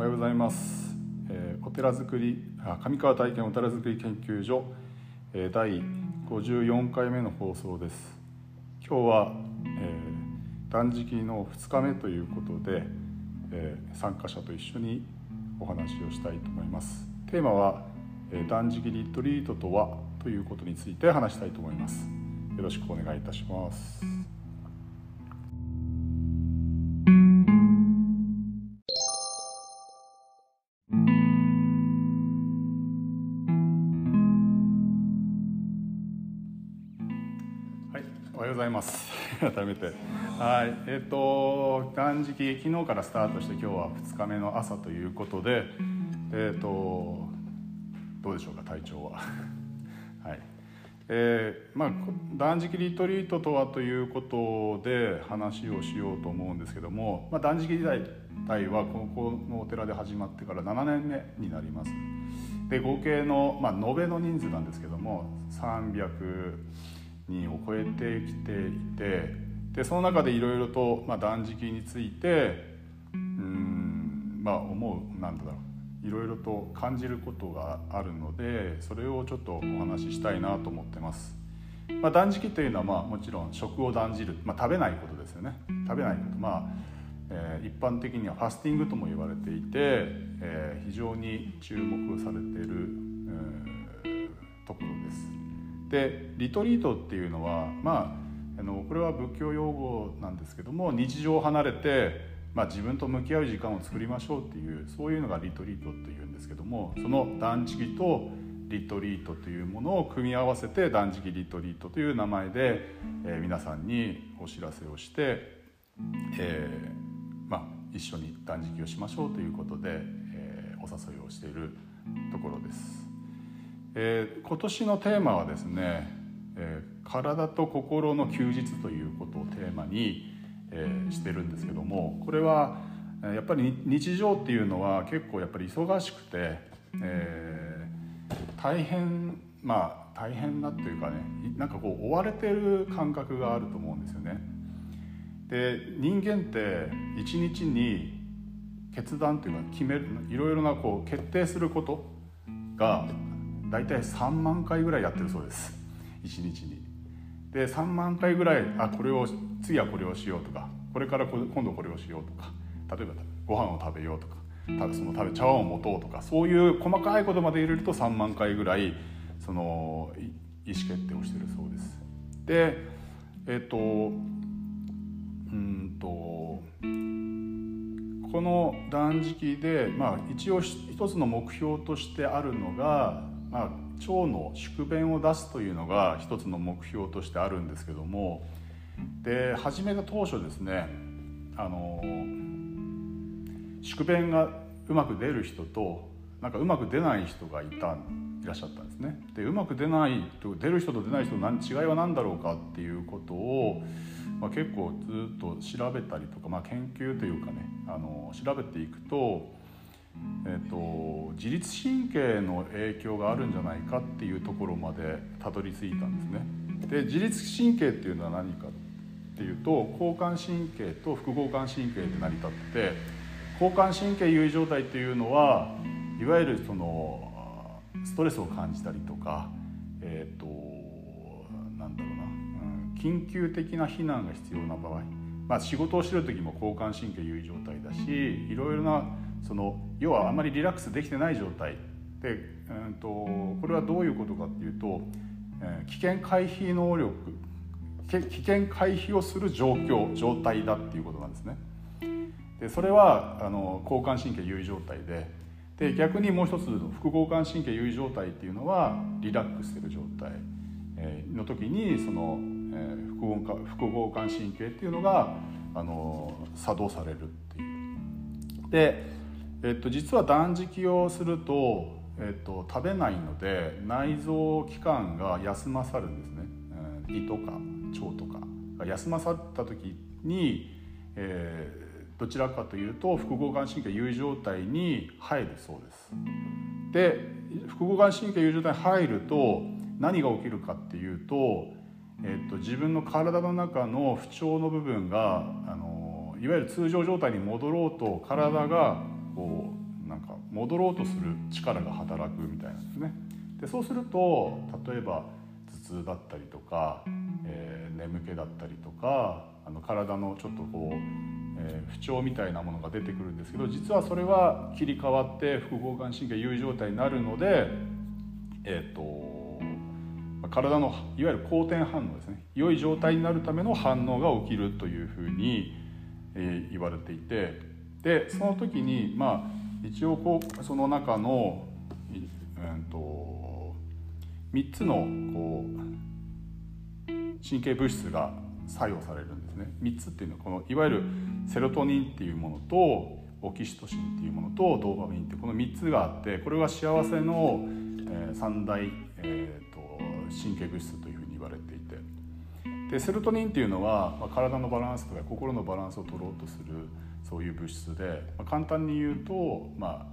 おはようございます。お寺づくり上川体験お寺づくり研究所、第54回目の放送です。今日は、断食の2日目ということで、参加者と一緒にお話をしたいと思います。テーマは、断食リトリートとはということについて話したいと思います。よろしくお願いいたします。おはようございます。改めて、断食昨日からスタートして今日は2日目の朝ということで、どうでしょうか、体調は。はい。断食リトリートとはということで話をしようと思うんですけども、断食自体はここのお寺で始まってから7年目になります。で、合計の、延べの人数なんですけども300人を超えてきていて、でその中でいろいろと、断食についていろいろと感じることがあるので、それをちょっとお話ししたいなと思ってます。断食というのはもちろん食を断じる、食べないことですよね。食べないこと、一般的にはファスティングとも言われていて、非常に注目されている、ところです。でリトリートっていうのは、これは仏教用語なんですけども、日常を離れて、自分と向き合う時間を作りましょうっていう、そういうのがリトリートっていうんですけども、その断食とリトリートというものを組み合わせて断食リトリートという名前で、皆さんにお知らせをして、一緒に断食をしましょうということで、お誘いをしているところです。今年のテーマはですね、体と心の休日ということをテーマに、してるんですけども、これはやっぱり日常っていうのは結構やっぱり忙しくて、大変なっていうかね、追われてる感覚があると思うんですよね。で人間って一日に決断というか決める、いろいろな決定することがだいたい3万回ぐらいやってるそうです、一日に。で3万回ぐらい次はこれをしようとか、これから今度これをしようとか、例えばご飯を食べようとか、茶碗を持とうとか、そういう細かいことまで入れると3万回ぐらいその意思決定をしているそうです。でこの断食で、一応一つの目標としてあるのが、腸の宿便を出すというのが一つの目標としてあるんですけども、で始めた当初ですね、宿便がうまく出る人とうまく出ない人がいらっしゃったんですね。でうまく出る人と出ない人の違いは何だろうかっていうことを、結構ずっと調べたりとか、研究というかね、調べていくと、自律神経の影響があるんじゃないかっていうところまでたどり着いたんですね。で自律神経っていうのは何かっていうと、交感神経と副交感神経で成り立ってて、交感神経優位状態っていうのはいわゆるそのストレスを感じたりとか、緊急的な避難が必要な場合、仕事をしてる時も交感神経優位状態だし、いろいろな要はあまりリラックスできてない状態で、これはどういうことかっていうと、危険回避をする状態だっていうことなんですね。でそれは交感神経優位状態で、逆にもう一つの副交感神経優位状態っていうのはリラックスしている状態の時に、その副交感神経っていうのが作動されるっていう。で、実は断食をすると、食べないので内臓器官が休まさるんですね。胃とか腸とかが休まさった時に、どちらかというと副交感神経優位状態に入るそうです。で副交感神経優位状態に入ると何が起きるかっていうと、自分の体の中の不調の部分がいわゆる通常状態に戻ろうと体がなんか戻ろうとする力が働くみたいなんですね。でそうすると例えば頭痛だったりとか、眠気だったりとか体のちょっとこう、不調みたいなものが出てくるんですけど、実はそれは切り替わって副交感神経優位状態になるので、体のいわゆる好転反応ですね、良い状態になるための反応が起きるというふうに、言われていて、でその時に一応その中の、3つの神経物質が作用されるんですね。3つっていうのはこのいわゆるセロトニンっていうものとオキシトシンっていうものとドーパミンってこの3つがあって、これは幸せの、三大、神経物質というふうに言われていて、でセロトニンっていうのは、体のバランスとか心のバランスを取ろうとするそういう物質で、簡単に言うと、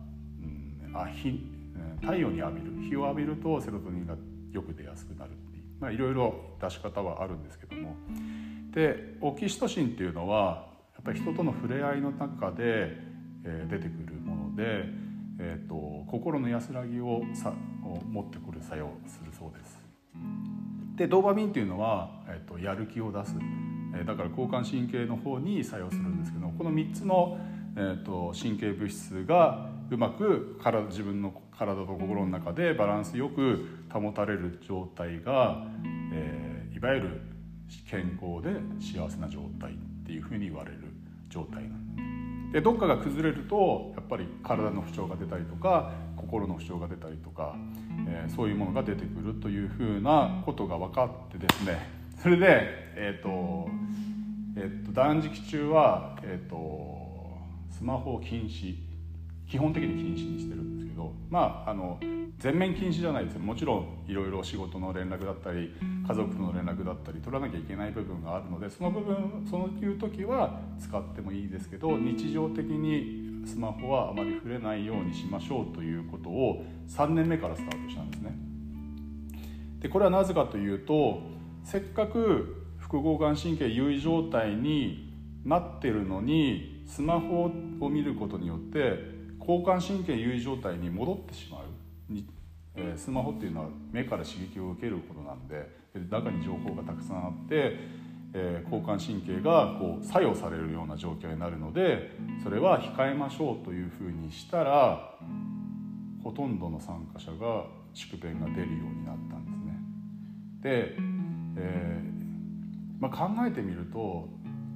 太陽に浴びる、日を浴びるとセロトニンがよく出やすくなるっていう、いろいろ出し方はあるんですけども、でオキシトシンっていうのはやっぱり人との触れ合いの中で、出てくるもので、心の安らぎを持ってくる作用をするそうです。でドーパミンっていうのは、やる気を出す、だから交感神経の方に作用するんですけど、この3つの、神経物質がうまく自分の体と心の中でバランスよく保たれる状態が、いわゆる健康で幸せな状態っていうふうに言われる状態なんです。でどっかが崩れるとやっぱり体の不調が出たりとか心の不調が出たりとか、そういうものが出てくるというふうなことが分かってですね、それで、断食中は、スマホを禁止、基本的に禁止にしてるんですけど、全面禁止じゃないですよ。もちろんいろいろ仕事の連絡だったり家族との連絡だったり取らなきゃいけない部分があるので、そういう時は使ってもいいですけど、日常的にスマホはあまり触れないようにしましょうということを3年目からスタートしたんですね。でこれはなぜかというと、せっかく副交感神経優位状態になってるのにスマホを見ることによって交感神経優位状態に戻ってしまう。スマホっていうのは目から刺激を受けることなんで、中に情報がたくさんあって、交感神経が作用されるような状況になるので、それは控えましょうというふうにしたら、ほとんどの参加者が宿便が出るようになったんですね。で、考えてみると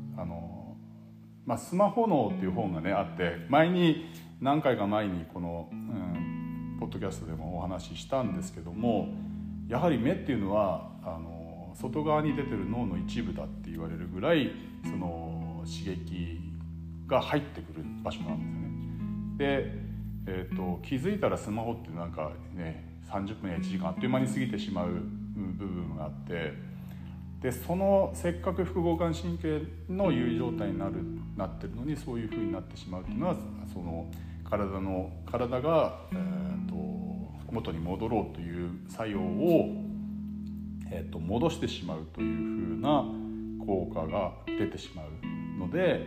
スマホ脳っていう本がねあって、何回か前にこの、ポッドキャストでもお話ししたんですけども、やはり目っていうのは外側に出てる脳の一部だって言われるぐらいその刺激が入ってくる場所なんですよね。で、気づいたらスマホってなんかね30分や1時間あっという間に過ぎてしまう部分があって、でせっかく副交感神経の優位状態になってるのにそういう風になってしまうっていうのは、その体が、元に戻ろうという作用を、戻してしまうという風な効果が出てしまうので、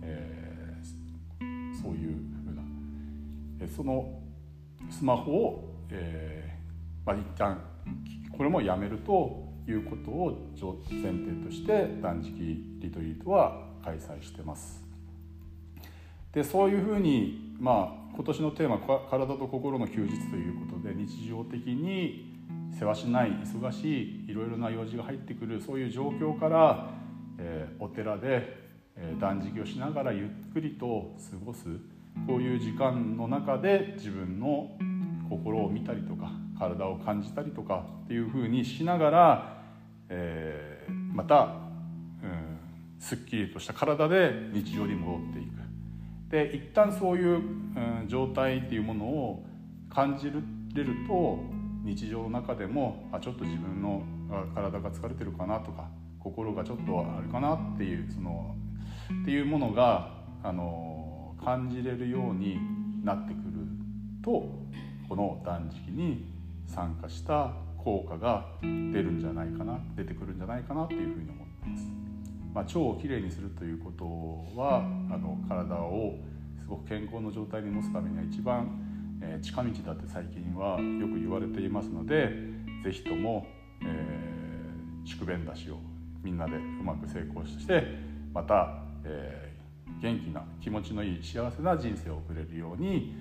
そういう風なそのスマホを、一旦これもやめるということを前提として断食リトリートは開催してます。でそういうふうに、今年のテーマ「体と心の休日」ということで、日常的にせわしない忙しいいろいろな用事が入ってくるそういう状況から、お寺で、断食をしながらゆっくりと過ごす、こういう時間の中で自分の心を見たりとか体を感じたりとかっていうふうにしながら、また、すっきりとした体で日常に戻っていく。で一旦そういう、状態っていうものを感じれると、日常の中でもちょっと自分の体が疲れてるかなとか心がちょっとあれかなっていうっていうものが感じれるようになってくると、この断食に参加した効果が出てくるんじゃないかなというふうに思っています。腸をきれいにするということは体をすごく健康の状態に持つためには一番、近道だって最近はよく言われていますので、ぜひとも、宿便出しをみんなでうまく成功して、また、元気な気持ちのいい幸せな人生を送れるように、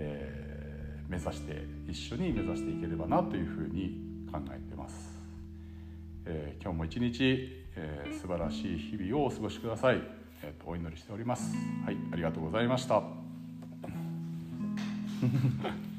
一緒に目指していければなというふうに考えています。今日も一日、素晴らしい日々をお過ごしください。お祈りしております。はい、ありがとうございました。